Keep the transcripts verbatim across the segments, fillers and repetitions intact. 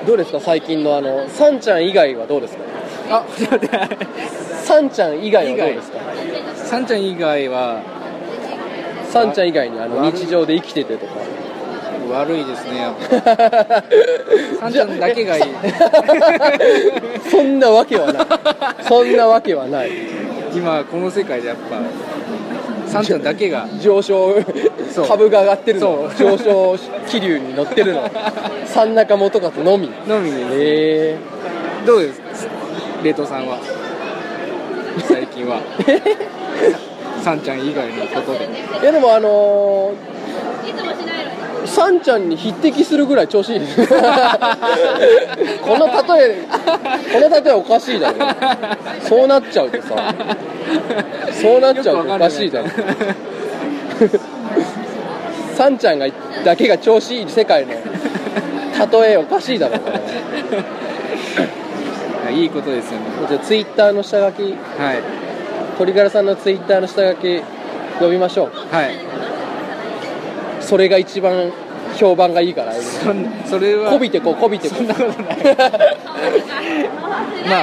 どうですか最近のあのサンちゃん以外はどうですか。 あ、待ってサンちゃん以外はどうですか。 サンちゃん以外はサンちゃん以外にあの日常で生きててとか悪いですねやっぱサンちゃんだけがいいそんなわけはないそんなわけはない今この世界でやっぱサンちゃんだけが上昇株が上がってるの上昇気流に乗ってるの三中元勝のみのみです、 えー、どうですか冷凍さんは最近はサンちゃん以外のことで。 いやでもあのー、サンちゃんに匹敵するぐらい調子いいですこの例えこの例えおかしいだろそうなっちゃうとさそうなっちゃうとおかしいだろサンちゃんがだけが調子いい世界の例えおかしいだろいいことですよね。 じゃあツイッターの下書き、はい、鳥柄さんのツイッターの下書き呼びましょう。 はい。 それが一番評判がいいから。そ, それはこびてここびてこ。 そんなことない。まあ。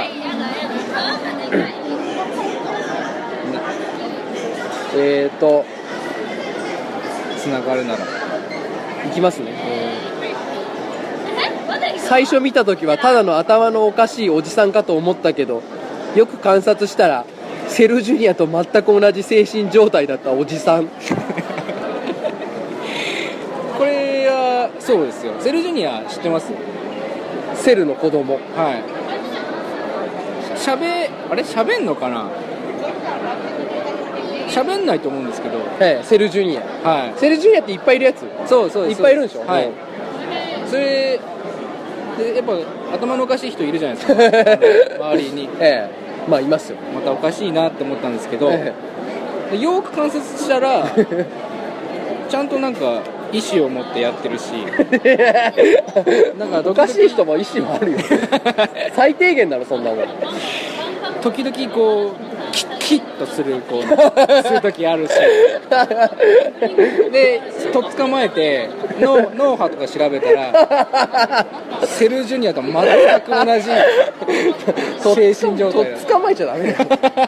えーとつながるならいきますね。最初見た時はただの頭のおかしいおじさんかと思ったけど、よく観察したらセルジュニアと全く同じ精神状態だったおじさんこれはそうですよ。セルジュニア知ってます？ セルの子供。 はい。しゃべあれしゃべんのかな。しゃべんないと思うんですけど、 はい、セルジュニア、はい、セルジュニアっていっぱいいるやつ。 そうそうです。 いっぱいいるんでしょ。 はい、うん、それでやっぱ頭のおかしい人いるじゃないですか周りに、 ええ、まあいますよ。 またおかしいなって思ったんですけど、ええ、よく観察したらちゃんとなんか意思を持ってやってるしなんかおかしい人も意思もあるよ最低限だろそんなもん。 時々こうキッキッとするこうする時あるしでとっ捕まえて脳脳波とか調べたらセルジュニアと全く同じ精神状態だ。 とっ捕まえちゃダメだよ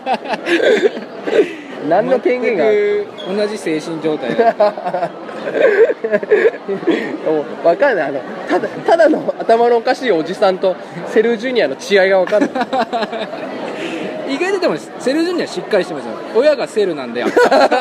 何の権限がある。 同じ精神状態だ分かんない。あのただ、ただの頭のおかしいおじさんとセルジュニアの違いが分かんない意外とでもセルジュニアしっかりしてますよ。親がセルなんだよ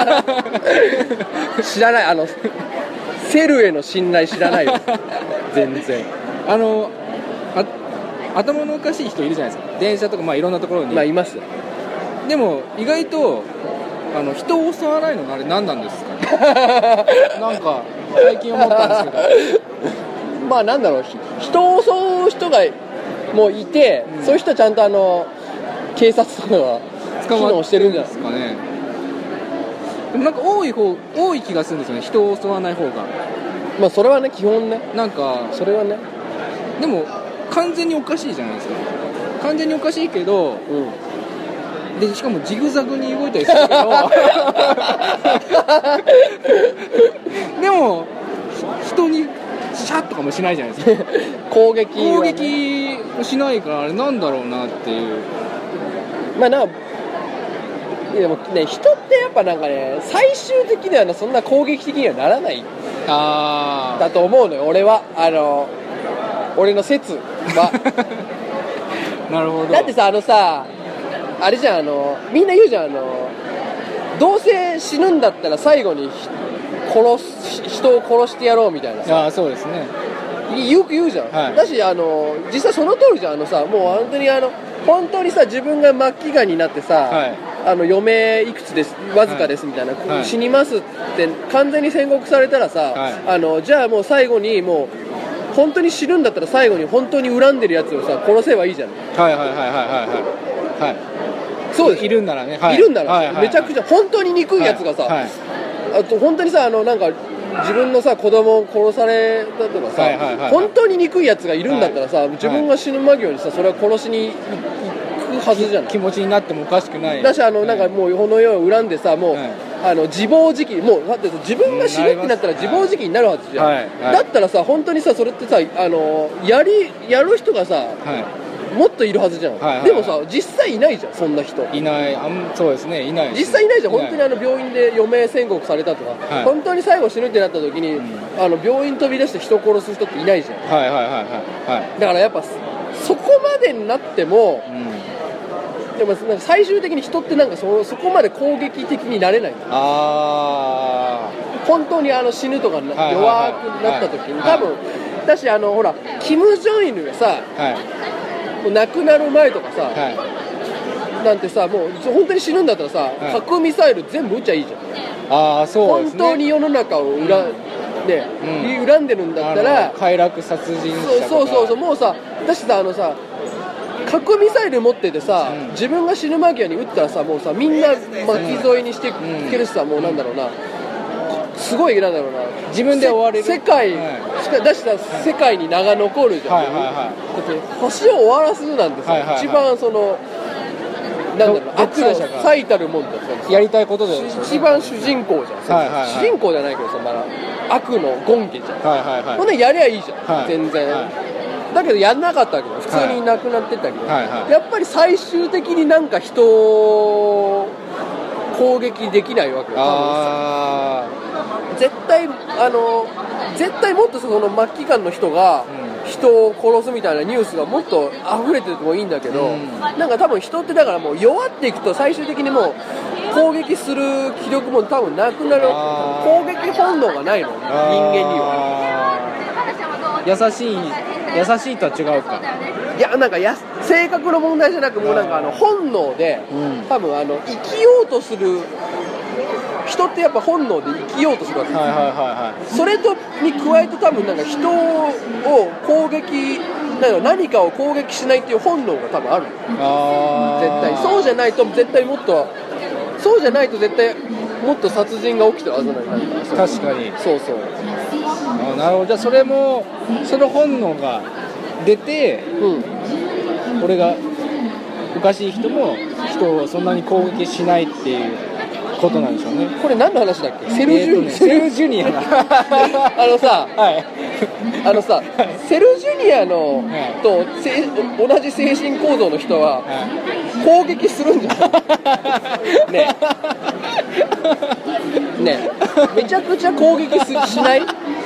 知らない。あのセルへの信頼知らないよ全然。 あのあ頭のおかしい人いるじゃないですか。電車とか、まあ、いろんなところに、 まあ、います。 でも意外とあの人を襲わないのあれ何なんですかねなんか最近思ったんですけどまあなんだろう、人を襲う人がもういて、うん、そういう人はちゃんとあの警察とかが機能してるんじゃないですかね。 でもなんか多い方多い気がするんですよね、人を襲わない方が。 まあそれはね、基本ね、 なんかそれはね。 でも完全におかしいじゃないですか。完全におかしいけど、うん、でしかもジグザグに動いたりするけどでも人にシャッとかもしないじゃないですか攻撃、ね、 攻撃しないから、あれなんだろうなっていう。 まあなんかでもね、人ってやっぱなんかね、最終的には、ね、そんな攻撃的にはならないあだと思うのよ俺は。あの俺の説はなるほど。 だってさ、あのさあれじゃん、あのみんな言うじゃん、あのどうせ死ぬんだったら最後に殺す人を殺してやろうみたいなさ。 あ、そうですね、 よく言うじゃん、はい、だしあの実際その通りじゃん。あのさ、もう本当にあの本当にさ、自分が末期がんになってさ、はい、あの余命いくつですわずかですみたいな、はい、死にますって完全に宣告されたらさ、はい、あのじゃあもう最後にもう本当に死ぬんだったら最後に本当に恨んでるやつをさ殺せばいいじゃん。 はいはいはいはいはいはい、 そうです。 いるんならね、 はい、いるんなら、はいはいはい、めちゃくちゃ本当に憎いやつがさ、はいはい、あと本当にさ、あのなんか自分のさ子供を殺されたとかさ、はいはいはいはい、本当に憎いやつがいるんだったらさ、はい、自分が死ぬ間際にさそれは殺しに行くはずじゃない。 気持ちになってもおかしくないだし、あのなんかもうこの世を恨んでさ、もう、はい、 あの自暴自棄、もうだって自分が死ぬってなったら自暴自棄になるはずじゃん、はいはい、だったらさ本当にさそれってさあのやりやる人がさ、はいもっといるはずじゃん、はいはいはい、でもさ実際いないじゃんそんな人いないあんそうですねいない実際いないじゃん本当にあの病院で余命宣告されたとか、はい、本当に最後死ぬってなった時に、うん、あの病院飛び出して人殺す人っていないじゃんはいはいはいはい、はい、 だからやっぱそこまでになっても、うん、でもなんか最終的に人ってなんか そ, そこまで攻撃的になれないあ本当にあの死ぬとか、はいはいはい、弱くなった時に、はい、多分だしあのほらキム・ジョンイルがさ、はい亡くなる前とかさ、はい、なんてさもう本当に死ぬんだったらさ、はい、核ミサイル全部撃っちゃいいじゃんああそうですね本当に世の中を恨、うんねうん、恨んでるんだったら快楽殺人者とかそうそうそうもうさだしさあのさ核ミサイル持っててさ、うん、自分が死ぬ間際に撃ったらさもうさみんな巻き添えにしていけるしさ、うん、もうなんだろうなすごいなんだろうな自分で終われる世界、はい、しか出した世界に名が残るじゃん、はいはいはい、だって星を終わらすなんてさ、はいはいはい、一番そのなんだろう悪の最たるもんだったやりたいことで一番主人公じゃん、はいはいはい、主人公じゃないけどそんな悪の権化じゃん、はいはいはい、ほんでやりゃいいじゃん、はい、全然、はい、だけどやんなかったわけど普通にいなくなってったけど、はいはいはい、やっぱり最終的になんか人を攻撃できないわけよあ絶対あの絶対もっとその末期間の人が人を殺すみたいなニュースがもっと溢れててもいいんだけど、うん、なんか多分人ってだからもう弱っていくと最終的にもう攻撃する気力も多分なくなる攻撃本能がないの人間には優しい優しいとは違うかいやなんかや性格の問題じゃなくもうなんかあの本能で、うん、多分あの生きようとする人ってやっぱ本能で生きようとするわけです、はいはいはいはい、それとに加えて多分なんか人を攻撃何かを攻撃しないっていう本能が多分あるあ絶対そうじゃないと絶対もっとそうじゃないと絶対もっと殺人が起きてるはずなんだから確かにそうそうあなるほどじゃあそれもその本能が出て、うん、俺がおかしい人も人をそんなに攻撃しないっていうことなんでしょうねこれ何の話だっけセルジュニア、えーね、 セルジュニアあのさ、はい、あのさ、はい、セルジュニアの、はい、と同じ精神構造の人は、はい、攻撃するんじゃないねえねえめちゃくちゃ攻撃しない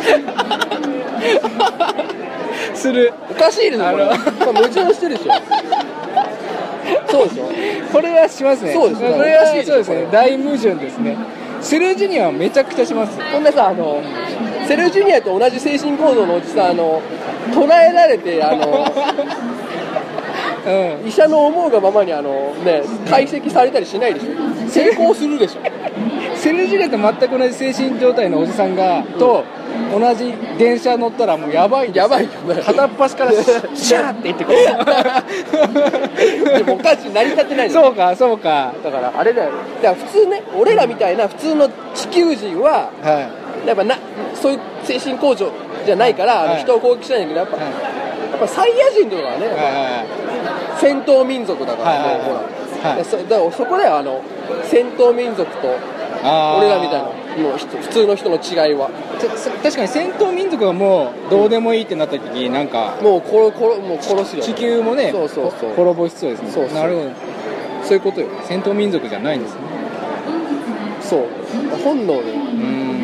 するおかしいですよこれ矛盾してるでしょそうでしょこれはしますねそうですねこれはそうですね大矛盾ですねセルジュニアはめちゃくちゃしますほんでさあのセルジュニアと同じ精神構造のおじさんあの捉えられてあの、うん、医者の思うがままにあの、ね、解析されたりしないでしょ成功するでしょセルジュニアと全く同じ精神状態のおじさんが、うん、と同じ電車乗ったらもうやばいですやばいよね片っ端からシャーって言ってくるでもおかしい成り立ってないのそうかそうかだからあれだよだから普通ね俺らみたいな普通の地球人は、はい、やっぱなそういう精神構造じゃないから、はい、あの人を攻撃しないんだけどやっぱ、はい、やっぱサイヤ人とかはね、はいはい、戦闘民族だから、はいはいはい、ほら、はい、そ, だからそこではあの戦闘民族と俺らみたいなもう普通の人の違いは確かに戦闘民族がもうどうでもいいってなった時になんかもう殺もう殺すよ地球もねそうそうそう滅ぼしそうですねそうそうなるほどそういうことよ戦闘民族じゃないんですねそう本能でうーん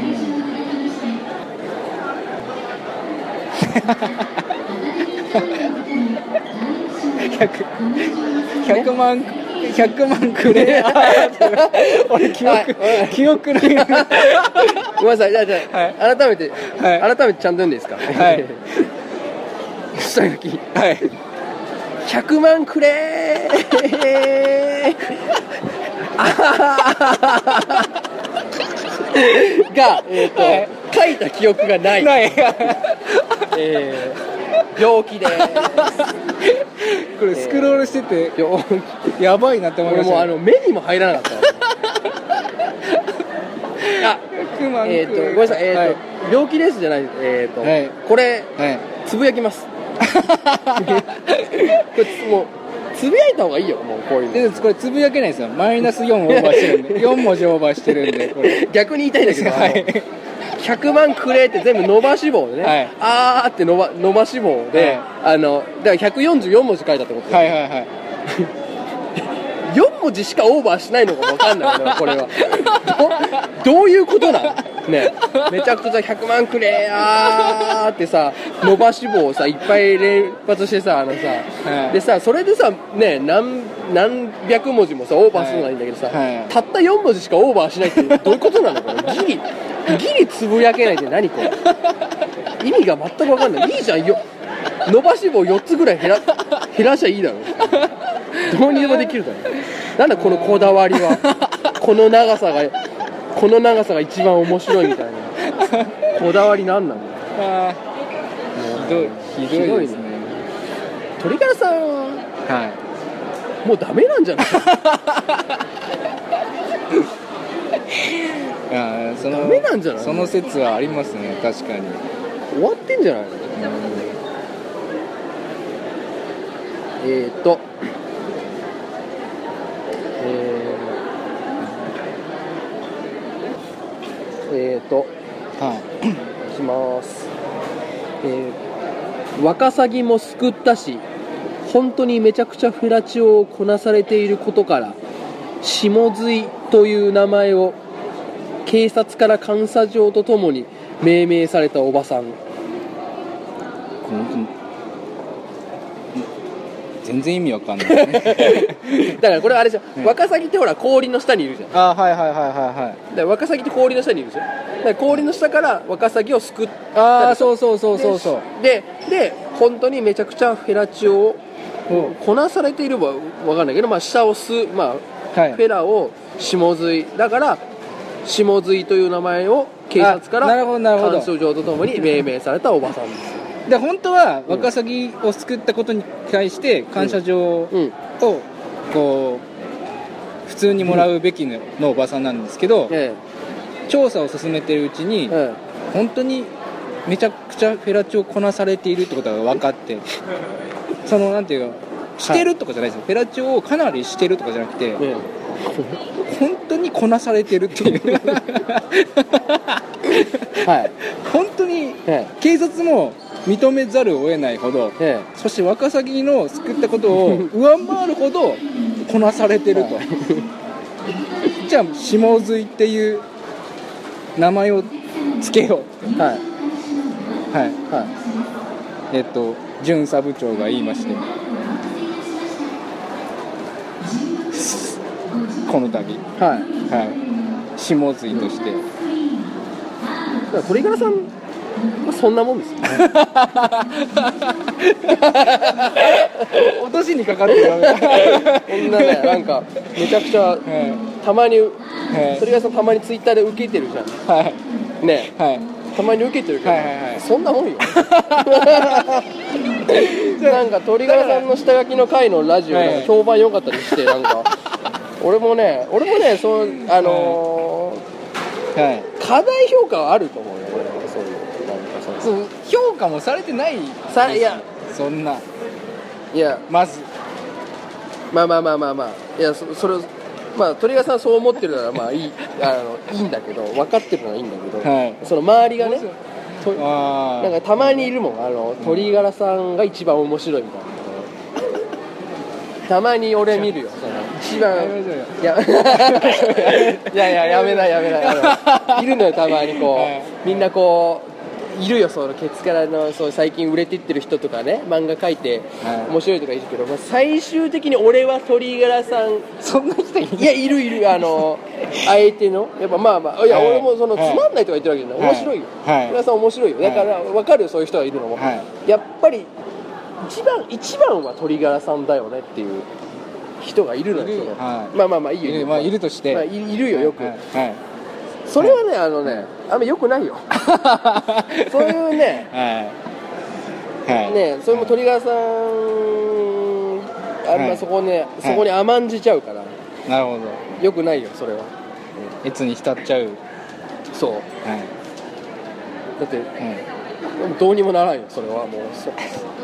ひゃく ひゃくまんひゃくまんくれ俺記憶、はい、記憶ないごめんなさいじゃあじゃあ、はい、改めて、はい、改めてちゃんと読んでいいですかはい下書きはいひゃくまんくれーが、えーとはい、書いた記憶がないない、えー、病気でーすこれスクロールしてて、えー、やばいなって思いました、 ね、俺もうあの目にも入らなかったあえーとごめんなさい、えーとはい、病気ですじゃないえーと、はい、これ、はい、つぶやきますこれもうつぶやいた方がいいよ、もうこういうの。 でこれつぶやけないですよ、マイナスよんオーバーしてるんでよん文字オーバーしてるんでこれ逆に言いたいんだけど、 はい、 ひゃくまんくれって全部伸ばし棒でね、はい、あーって伸ば、伸ばし棒で、はい、あのだからひゃくよんじゅうよん文字書いたってことはいはいはいよん文字しかオーバーしないのか分かんないこれはど, どういうことなのね、めちゃくちゃひゃくまんくれーってさ伸ばし棒をさいっぱい連発してさあのさ、はい、でさそれでさね 何, 何百文字もさオーバーするのはいいんだけどさ、はいはい、たったよん文字しかオーバーしないってどういうことなのこれギリギリつぶやけないって何これ意味が全く分かんない。いいじゃんよ、伸ばし棒よっつぐらい減ら減らしゃいいだろどうにでもできるだろ。なんだこのこだわりはこの長さがこの長さが一番面白いみたいなこだわりなんなの。 あひどいひどいですね。 鳥柄さんは、はい、もうダメなんじゃないあそのダメなんじゃないその説はありますね。確かに終わってんじゃないの。えーっとえー、えーっとはいいきます。えー、ワカサギも救ったし本当にめちゃくちゃフェラチオをこなされていることから下津井という名前を警察から感謝状とともに命名されたおばさん。 全然意味わかんないだからこれあれじゃん、ね、ワカサギってほら氷の下にいるじゃん。 あはいはいはいはいはい。 だからワカサギって氷の下にいるじゃん。だから氷の下からワカサギをすくった。 ああそうそうそうそうそう。 でで本当にめちゃくちゃフェラチオをこなされているはわかんないけど、まあ下をすまあ、はい、フェラを下津井だから下津井という名前を警察から感謝状とともに命名されたおばさんです。 で本当はワカサギを救ったことに対して感謝状をこう普通にもらうべきのおばさんなんですけど、調査を進めているうちに本当にめちゃくちゃフェラチオをこなされているってことが分かってそのなんていうかしてるとかじゃないですよ、フェラチオをかなりしてるとかじゃなくて本当にこなされてるっていうはい本当に警察も認めざるを得ないほど、ええ、そしてワカサギの救ったことを上回るほどこなされてると、はい、じゃあ下津井っていう名前をつけようはいはい、はい、えっと巡査部長が言いましてこの度はい、はい、下津井として鳥柄さんそんなもんですよ落としにかかってるわこんなね、なんかめちゃくちゃ、はい、たまに、はい、鳥柄さんたまにツイッターで受けてるじゃん、はい、ね、はい、たまに受けてるけど、はいはいはい、そんなもんよなんか鳥柄さんの下書きの回のラジオなんか評判良かったりしてなんか俺もね俺もねそうあのーはい、過大評価はあると思うよ俺はそういうそう評価もされてないさいやそんないやまずまあまあまあまあまあいや そ, それまあ鳥川さんそう思ってるならまあいいあのいいんだけど分かってるのはいいんだけど、はい、その周りがねとなんかたまにいるもんあの鳥柄さんが一番面白いみたいなたまに俺見るよその一番いやいやいややめないやめないあのいるのよたまにこう、はい、みんなこういるよそのケツからのそう最近売れていってる人とかね漫画描いて面白いとかいるけど、はいまあ、最終的に俺は鳥柄さんそんな人いるいやいるいるあの相手のやっぱまあまあいや、はい、俺もそのつまんないとか言ってるわけじゃない、はい、面白いよ、はい、鳥柄さん面白いよだから分かるよそういう人がいるのも、はい、やっぱり一番一番は鳥柄さんだよねっていう人がいるのよ、はい、まあまあまあいいよいる、まあ、いるとして、まあ、 いるよよく、はいはい、それはねあのねあんま良くないよそういうね、はいはい、ねそれも鳥川さんあんまそこね、はい、そこに甘んじちゃうから、はい、 なるほど良くないよそれは越に浸っちゃうそう、はい、だって、はい、どうにもならんよそれはもう そ,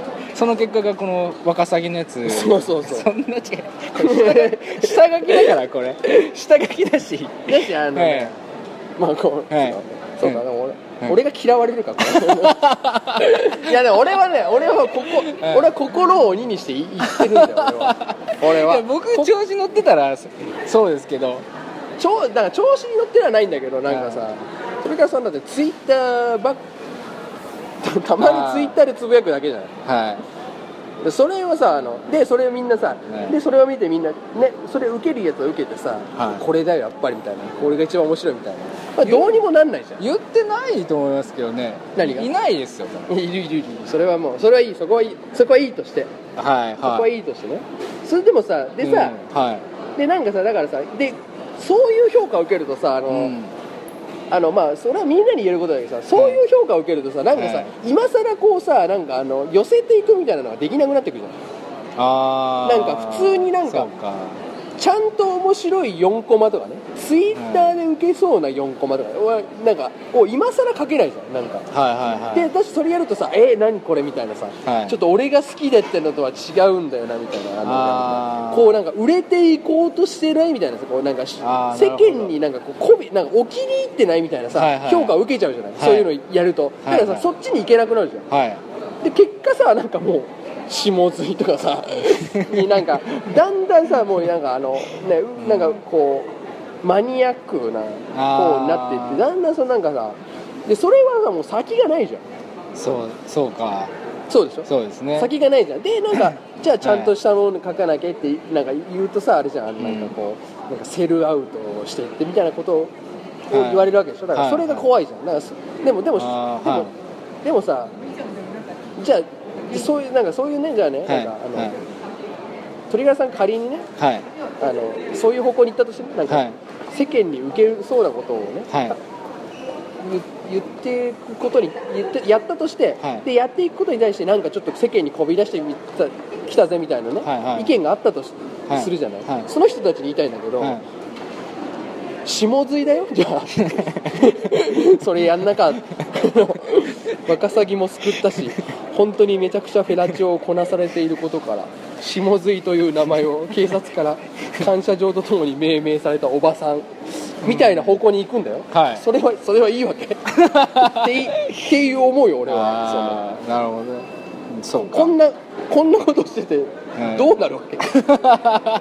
その結果がこのワカサギのやつ。 そうそうそう。 そんな違い。下書きだからこれ。下書きだし。 だしあの、ね、はい、まあこう、はい、そうだね、俺、はい、俺が嫌われるかこれ。いやね、俺はね、俺はここ、はい、俺は心を鬼にして言ってるんだよ。俺は。俺は。いや僕調子乗ってたらそうですけど。 調だから調子に乗ってはないんだけど、なんかさ、鳥川さんだってツイッターばったまにツイッターでつぶやくだけじゃない。はい。でそれはさ、あのでそれをみんなさ、はい、でそれを見てみんなね、それ受けるやつは受けてさ、はい、これだよやっぱりみたいな、これが一番面白いみたいな、まあ、どうにもなんないじゃん。 言ってないと思いますけどね。 何がいないですよ。 いるいるいる。それはもうそれはいい、そこはいい、そこはいいとして、はい、はい、そこはいいとしてね。それでもさ、でさ、うん、はい、でなんかさ、だからさ、でそういう評価を受けるとさ、あの、うん、あのまあそれはみんなに言えることだけどさ、そういう評価を受けるとさ、なんかさ、はい、今更こうさ、なんかあの寄せていくみたいなのができなくなってくるじゃん。あー、なんか普通になんかちゃんと面白いよんコマとかね、ツイッターで受けそうなよんコマとか、はい、なんかこう今更書けないじゃん、なんか、はいはいはい、で私それやるとさ、えー、何これみたいなさ、はい、ちょっと俺が好きでってのとは違うんだよなみたいな、あのこうなんか売れていこうとしてないみたいなさ、こうなんか世間になんかこうこびなんかお気に入ってないみたいなさ、はいはい、評価を受けちゃうじゃない、はい、そういうのやると、だからさ、はいはい、そっちに行けなくなるじゃん、はい、で結果さ、なんかもう下津とかさになんかだんだんさ、もうなんかあのね、なんかこうマニアックな方になっていって、だんだんそのなんかさ、でそれはさもう先がないじゃん。 そうそうか。 そうでしょ。 そうですね。 先がないじゃん。でなんかじゃあちゃんとしたもの書かなきゃってなんか言うとさ、あれじゃん、なんかこうなんかセルアウトをしていってみたいなことを言われるわけでしょ。だからそれが怖いじゃん。だからでもでもでもでもさ、じゃあそういうなんかそういうね、じゃあね、はい、なんかあの、はい、鳥川さん仮にね、はい、あのそういう方向に行ったとしてね、なんか、はい、世間に受けそうなことをね、はい、言っていくことに言ってやったとして、はい、でやっていくことに対してなんかちょっと世間にこび出してみたきたぜみたいなね、はいはい、意見があったとし、はい、するじゃない、はい、その人たちに言いたいんだけど、はい、下津だよ、じゃあそれやんなかワカサギも救ったし、本当にめちゃくちゃフェラチオをこなされていることから下津という名前を警察から感謝状とともに命名されたおばさんみたいな方向に行くんだよ、はい、それはそれはいいわけってっていう思うよ俺は。 そのなるほどね。そうか、 こんなこんなことしててどうなるわけ、はい、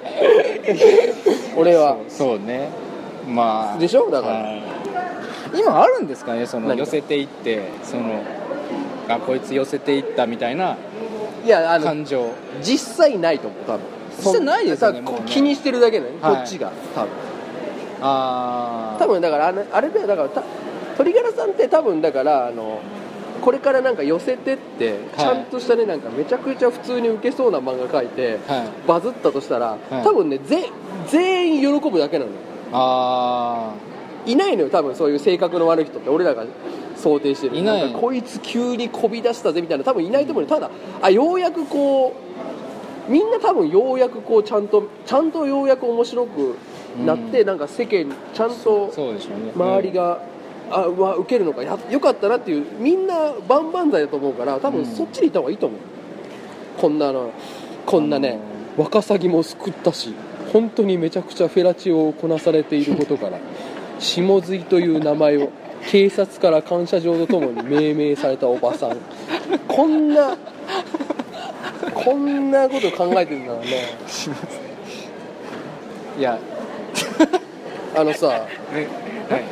俺はそう、そうね、まあでしょ。だから、はい、 今あるんですかね、その寄せていってそのあこいつ寄せていったみたいないやあの感情実際ないと思う。多分実際ないですよね。もうね気にしてるだけね、はい、こっちが多分あ多分だからあれ、あれだよ、だからた鳥柄さんって多分だからあのこれからなんか寄せてって、はい、ちゃんとしたね、なんかめちゃくちゃ普通に受けそうな漫画描いて、はい、バズったとしたら、はい、多分ねぜ全員喜ぶだけなのよ。あいないのよ多分、そういう性格の悪い人って俺らが想定してる。いない。なんかこいつ急にこび出したぜみたいな多分いないと思うよ。ただあようやくこうみんな多分ようやくこうちゃんとちゃんとようやく面白くなって、うん、なんか世間ちゃんと周りが、あわ受けるのかやよかったなっていう、みんな万々歳だと思うから、多分そっちに行った方がいいと思う、うん、こんなのこんなね、ワカサギも救ったし本当にめちゃくちゃフェラチオをこなされていることから下津という名前を警察から感謝状とともに命名されたおばさんこんなこんなこと考えてるんだからね。 いやあのさ、 はい、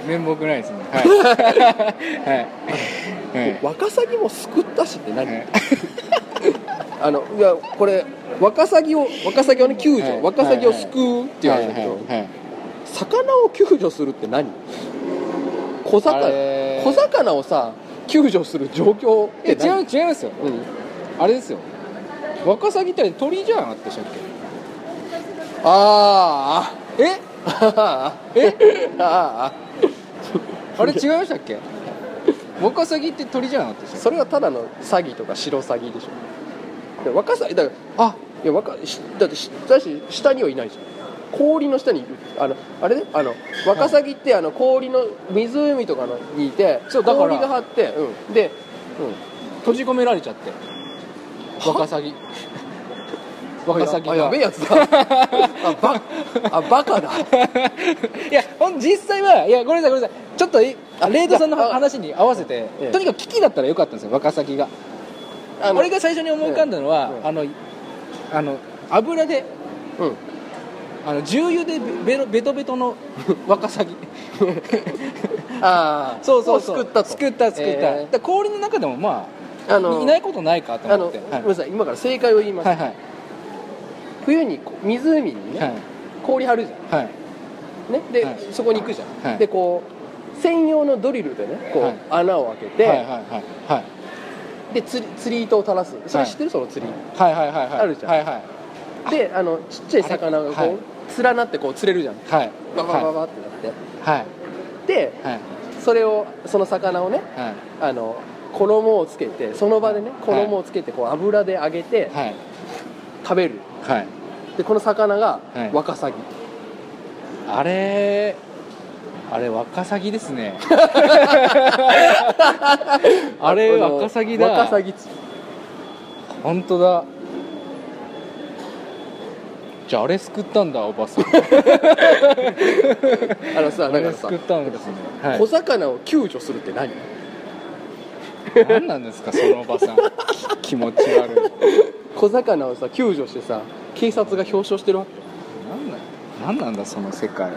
面目ないですね。はい。 はい。ワカサギも救ったしって何？はい、あのいやこれワカサギをワカサギをね救助、はい、ワカサギを救うって言われるんだけど、はいはいはい、魚を救助するって何？小魚小魚をさ救助する状況って何？ 違う違いますよ。うん、あれですよ。ワカサギって鳥じゃなかったでしたっけ？ ああええああれ違いましたっけ？ワカサギって鳥じゃなかったでしたっけ？ それはただのサギとかシロサギでしょ。でワカサギだからあいやワカだってだし下にはいないじゃん。氷の下にいる。あのあれねあのワカサギってあの氷の湖とかのにいて、そうだから氷が張って、うん、で、うん、 閉じ込められちゃってワカサギワカサギがやべえやつだあバあバカだいやほん実際はいやごめんなさいごめんなさいちょっとあレイトさんの話に合わせて、とにかく危機だったらよかったんですよワカサギが。俺が最初に思い浮かんだのは、うん、あのあの油で、うん、あの重油でベロベトベトのワカサギああそうそうそう作った作った作った、えー、氷の中でもまあ、あのー、いないことないかと思って、 あの、はい、ごめんなさい今から正解を言います、はいはい、冬に湖にね、はい、氷張るじゃん、はいね、で、はい、そこに行くじゃん、はい、でこう専用のドリルでねこう、はい、穴を開けて、はいはいはいはい、で釣り、釣り糸を垂らすそれ知ってる、はい、その釣り、はいはいはいはい、あるじゃん、はいはい、であのちっちゃい魚がこう、はい、連なってこう釣れるじゃん、はい、ババババってなって、はい、で、はい、それをその魚をね、はい、あの衣をつけてその場でね衣をつけてこう油で揚げて、はい、食べる、はい、でこの魚がワカサギ、 はい、あれあれワカサギですねあれワカサギだワカサギ釣り本当だ。じゃああれ救ったんだおばさんあのさだからさ救ったんですね、 はい、小魚を救助するって何何なんですかそのおばさん気持ち悪い小魚をさ救助してさ警察が表彰してるわけ。 何なん何なんだその世界。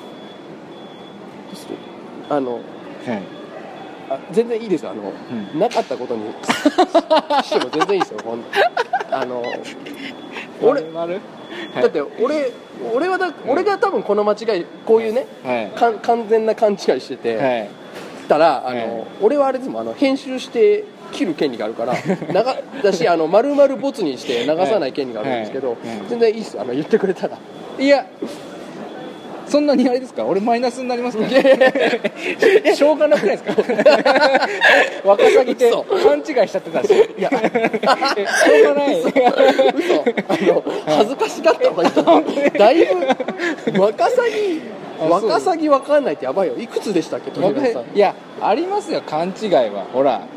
あの、はい、あ全然いいですよあの、うん、なかったことにしても全然いいですよあの俺だって俺俺はだ、うん、俺が多分この間違いこういうね、はい、か完全な勘違いしてて、はい、たらあの、はい、俺はあれですもんあの編集して切る権利があるから長だしあの丸々ボツにして流さない権利があるんですけど、はいはい、全然いいですよあの言ってくれたら。 いやそんなにあれですか俺マイナスになりますからねしょうがなくないですかワカサギって勘違いしちゃってたしいやしょうがない嘘あの恥ずかしがった方がいいと思うだいぶワカサギワカサギわかんないってやばいよ。いくつでしたっけ鳥川さん。 いやありますよ勘違いはほら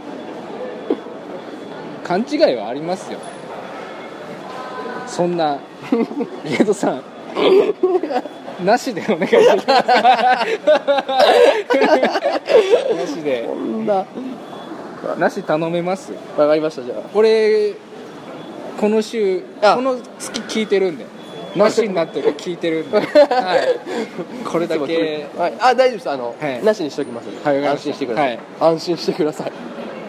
勘違いはありますよそんなゲドさんなしでお願いしますなしでこんななし頼めます。 わかりました。じゃあ俺この週この月聞いてるんでなしになってる聞いてるんで、はい、これだけ、 はい、あ大丈夫ですあの、はい、なしにしておきます、はい、安心してください、はい、安心してください。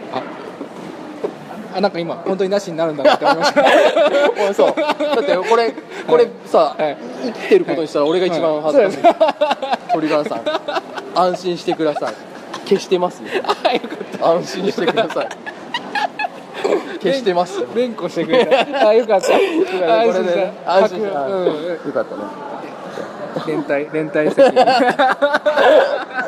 あなんか今本当になしになるんだなって思いましたそうだってこれこれさ、はい、生きてることにしたら俺が一番恥ずかしい、はい、鳥川さん安心してください。消してますね。あよかった安心してください消してます連呼してくれたあよかったこれで、ね、安心した、うん、よかったね連帯連帯責任